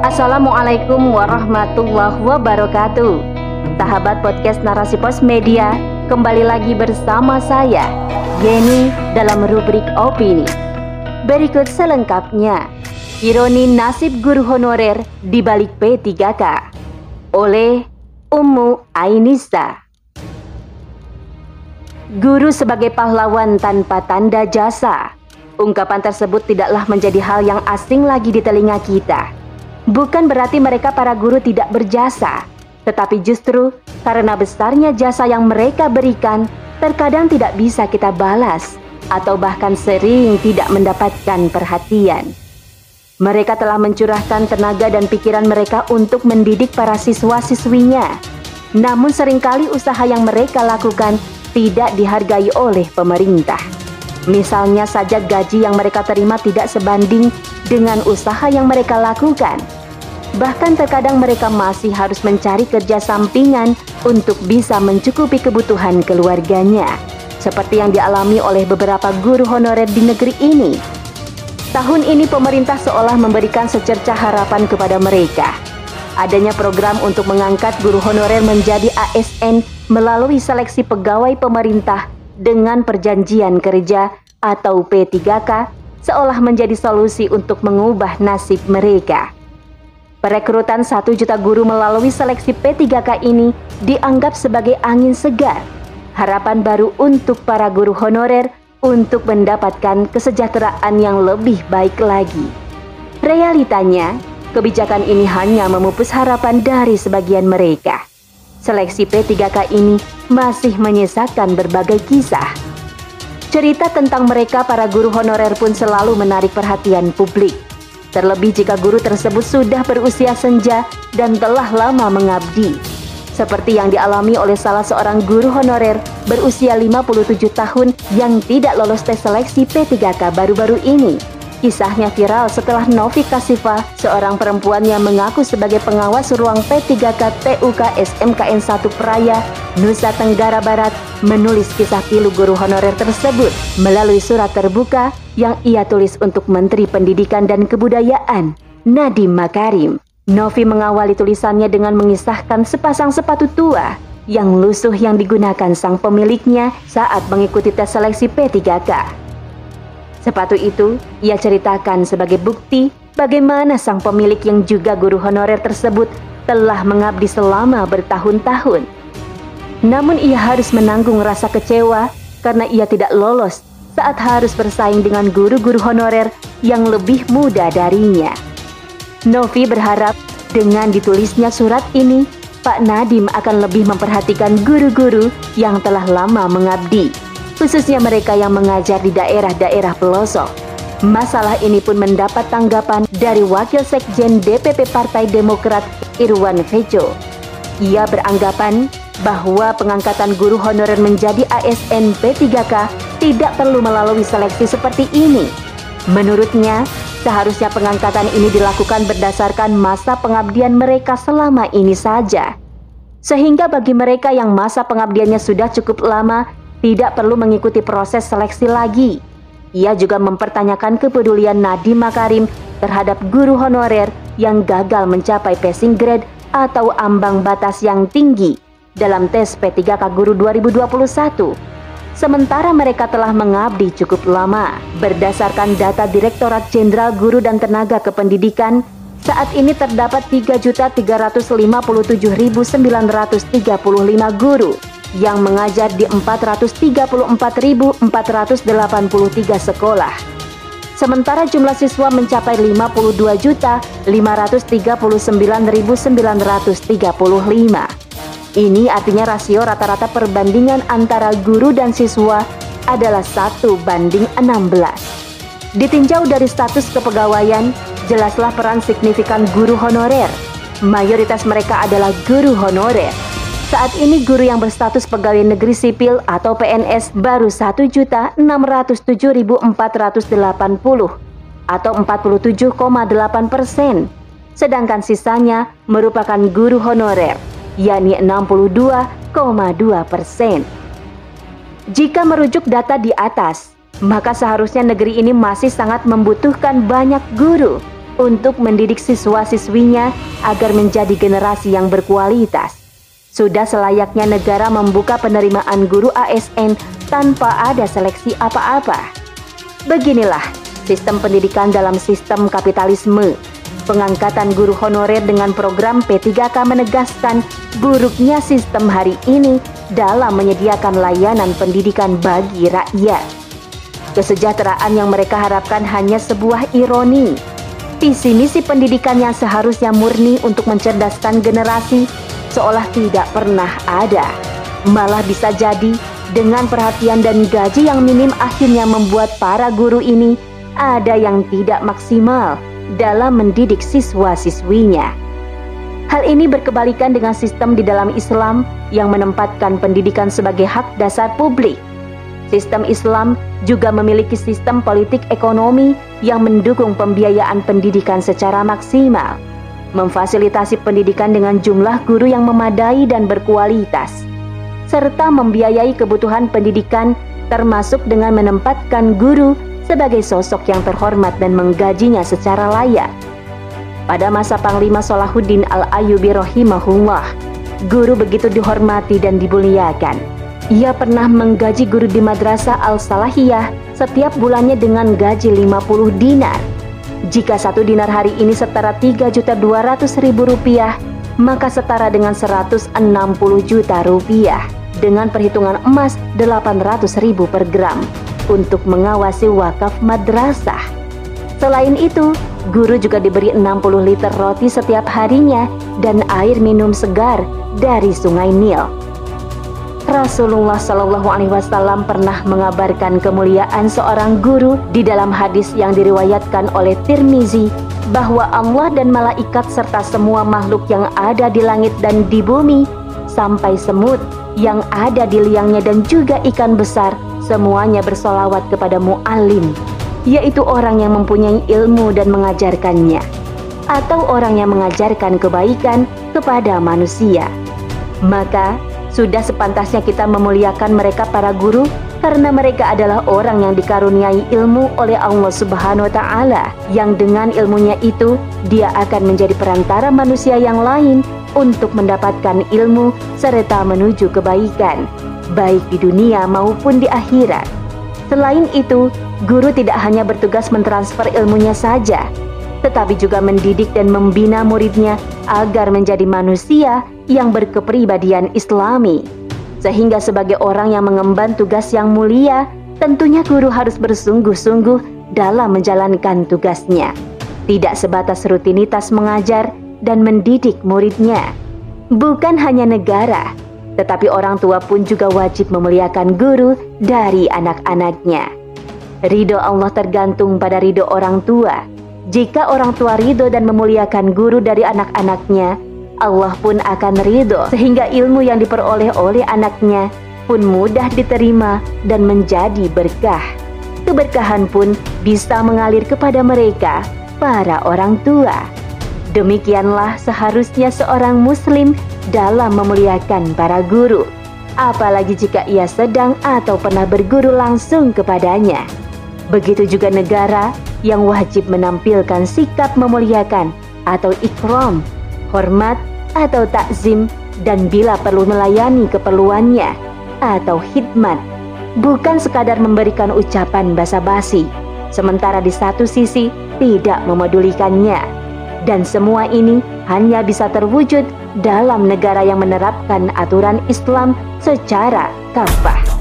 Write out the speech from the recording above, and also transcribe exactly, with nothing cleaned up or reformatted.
Assalamualaikum warahmatullahi wabarakatuh. Sahabat podcast Narasi Pos Media, kembali lagi bersama saya, Yeni, dalam rubrik opini. Berikut selengkapnya, ironi nasib guru honorer di balik P tiga K oleh Ummu Ainisa. Guru sebagai pahlawan tanpa tanda jasa. Ungkapan tersebut tidaklah menjadi hal yang asing lagi di telinga kita. Bukan berarti mereka para guru tidak berjasa, tetapi justru karena besarnya jasa yang mereka berikan, terkadang tidak bisa kita balas, atau bahkan sering tidak mendapatkan perhatian. Mereka telah mencurahkan tenaga dan pikiran mereka untuk mendidik para siswa-siswinya. Namun seringkali usaha yang mereka lakukan tidak dihargai oleh pemerintah. Misalnya saja gaji yang mereka terima tidak sebanding dengan usaha yang mereka lakukan. Bahkan terkadang mereka masih harus mencari kerja sampingan untuk bisa mencukupi kebutuhan keluarganya, seperti yang dialami oleh beberapa guru honorer di negeri ini. Tahun ini pemerintah seolah memberikan secercah harapan kepada mereka. Adanya program untuk mengangkat guru honorer menjadi A S N melalui seleksi pegawai pemerintah dengan perjanjian kerja atau P tiga K seolah menjadi solusi untuk mengubah nasib mereka. Perekrutan satu juta guru melalui seleksi P tiga K ini dianggap sebagai angin segar, harapan baru untuk para guru honorer untuk mendapatkan kesejahteraan yang lebih baik lagi. Realitanya, kebijakan ini hanya memupus harapan dari sebagian mereka. Seleksi P tiga K ini masih menyisakan berbagai kisah. Cerita tentang mereka para guru honorer pun selalu menarik perhatian publik. Terlebih jika guru tersebut sudah berusia senja dan telah lama mengabdi. Seperti yang dialami oleh salah seorang guru honorer berusia lima puluh tujuh tahun yang tidak lolos tes seleksi P tiga K baru-baru ini. Kisahnya viral setelah Novi Kasifa, seorang perempuan yang mengaku sebagai pengawas ruang P tiga K T U K S M K N satu Praya, Nusa Tenggara Barat, menulis kisah pilu guru honorer tersebut melalui surat terbuka yang ia tulis untuk Menteri Pendidikan dan Kebudayaan, Nadiem Makarim. Novi mengawali tulisannya dengan mengisahkan sepasang sepatu tua yang lusuh yang digunakan sang pemiliknya saat mengikuti tes seleksi P tiga K. Sepatu itu ia ceritakan sebagai bukti bagaimana sang pemilik yang juga guru honorer tersebut telah mengabdi selama bertahun-tahun. Namun ia harus menanggung rasa kecewa karena ia tidak lolos saat harus bersaing dengan guru-guru honorer yang lebih muda darinya. Novi berharap dengan ditulisnya surat ini, Pak Nadiem akan lebih memperhatikan guru-guru yang telah lama mengabdi, khususnya mereka yang mengajar di daerah-daerah pelosok. Masalah ini pun mendapat tanggapan dari Wakil Sekjen D P P Partai Demokrat Irwan Vejo. Ia beranggapan bahwa pengangkatan guru honorer menjadi A S N P tiga K tidak perlu melalui seleksi seperti ini. Menurutnya, seharusnya pengangkatan ini dilakukan berdasarkan masa pengabdian mereka selama ini saja. Sehingga bagi mereka yang masa pengabdiannya sudah cukup lama, tidak perlu mengikuti proses seleksi lagi. Ia juga mempertanyakan kepedulian Nadiem Makarim terhadap guru honorer yang gagal mencapai passing grade atau ambang batas yang tinggi dalam tes P tiga K Guru dua ribu dua puluh satu. Sementara mereka telah mengabdi cukup lama. Berdasarkan data Direktorat Jenderal Guru dan Tenaga Kependidikan, saat ini terdapat tiga juta tiga ratus lima puluh tujuh ribu sembilan ratus tiga puluh lima guru yang mengajar di empat ratus tiga puluh empat ribu empat ratus delapan puluh tiga sekolah. Sementara jumlah siswa mencapai lima puluh dua juta lima ratus tiga puluh sembilan ribu sembilan ratus tiga puluh lima. Ini artinya rasio rata-rata perbandingan antara guru dan siswa adalah satu banding enam belas. Ditinjau dari status kepegawaian, jelaslah peran signifikan guru honorer. Mayoritas mereka adalah guru honorer. Saat ini guru yang berstatus pegawai negeri sipil atau P N S baru satu juta enam ratus tujuh ribu empat ratus delapan puluh atau empat puluh tujuh koma delapan persen. Sedangkan sisanya merupakan guru honorer, yakni enam puluh dua koma dua persen. Jika merujuk data di atas, maka seharusnya negeri ini masih sangat membutuhkan banyak guru. untuk mendidik siswa-siswinya agar menjadi generasi yang berkualitas. Sudah selayaknya negara membuka penerimaan guru A S N tanpa ada seleksi apa-apa. Beginilah sistem pendidikan dalam sistem kapitalisme. Pengangkatan guru honorer dengan program P tiga K menegaskan buruknya sistem hari ini dalam menyediakan layanan pendidikan bagi rakyat. Kesejahteraan yang mereka harapkan hanya sebuah ironi. Visi misi pendidikan yang seharusnya murni untuk mencerdaskan generasi seolah tidak pernah ada. Malah bisa jadi dengan perhatian dan gaji yang minim akhirnya membuat para guru ini ada yang tidak maksimal dalam mendidik siswa-siswinya. Hal ini berkebalikan dengan sistem di dalam Islam yang menempatkan pendidikan sebagai hak dasar publik. Sistem Islam juga memiliki sistem politik ekonomi yang mendukung pembiayaan pendidikan secara maksimal, memfasilitasi pendidikan dengan jumlah guru yang memadai dan berkualitas, serta membiayai kebutuhan pendidikan termasuk dengan menempatkan guru sebagai sosok yang terhormat dan menggajinya secara layak. Pada masa Panglima Salahuddin Al-Ayyubi rahimahullah, guru begitu dihormati dan dimuliakan. Ia pernah menggaji guru di Madrasah Al-Salahiyah setiap bulannya dengan gaji lima puluh dinar. Jika satu dinar hari ini setara tiga juta dua ratus ribu rupiah, maka setara dengan seratus enam puluh juta rupiah dengan perhitungan emas delapan ratus ribu per gram untuk mengawasi wakaf madrasah. Selain itu, guru juga diberi enam puluh liter roti setiap harinya dan air minum segar dari Sungai Nil. Rasulullah Shallallahu Alaihi Wasallam pernah mengabarkan kemuliaan seorang guru di dalam hadis yang diriwayatkan oleh Tirmizi bahwa Allah dan malaikat serta semua makhluk yang ada di langit dan di bumi sampai semut yang ada di liangnya dan juga ikan besar semuanya bersolawat kepada mu'allim, yaitu orang yang mempunyai ilmu dan mengajarkannya, atau orang yang mengajarkan kebaikan kepada manusia. Maka sudah sepantasnya kita memuliakan mereka para guru, karena mereka adalah orang yang dikaruniai ilmu oleh Allah Subhanahu wa Ta'ala, yang dengan ilmunya itu dia akan menjadi perantara manusia yang lain untuk mendapatkan ilmu serta menuju kebaikan, baik di dunia maupun di akhirat. Selain itu, guru tidak hanya bertugas mentransfer ilmunya saja, tetapi juga mendidik dan membina muridnya agar menjadi manusia yang berkepribadian Islami. Sehingga sebagai orang yang mengemban tugas yang mulia, tentunya guru harus bersungguh-sungguh dalam menjalankan tugasnya, tidak sebatas rutinitas mengajar dan mendidik muridnya. Bukan hanya negara, tetapi orang tua pun juga wajib memuliakan guru dari anak-anaknya. Ridho Allah tergantung pada ridho orang tua. Jika orang tua ridho dan memuliakan guru dari anak-anaknya, Allah pun akan ridho, sehingga ilmu yang diperoleh oleh anaknya pun mudah diterima dan menjadi berkah. Keberkahan pun bisa mengalir kepada mereka, para orang tua. Demikianlah seharusnya seorang muslim dalam memuliakan para guru, apalagi jika ia sedang atau pernah berguru langsung kepadanya. Begitu juga negara yang wajib menampilkan sikap memuliakan atau ikram, hormat atau takzim, dan bila perlu melayani keperluannya atau khidmat, bukan sekadar memberikan ucapan basa-basi, sementara di satu sisi tidak memedulikannya. Dan semua ini hanya bisa terwujud dalam negara yang menerapkan aturan Islam secara kafah.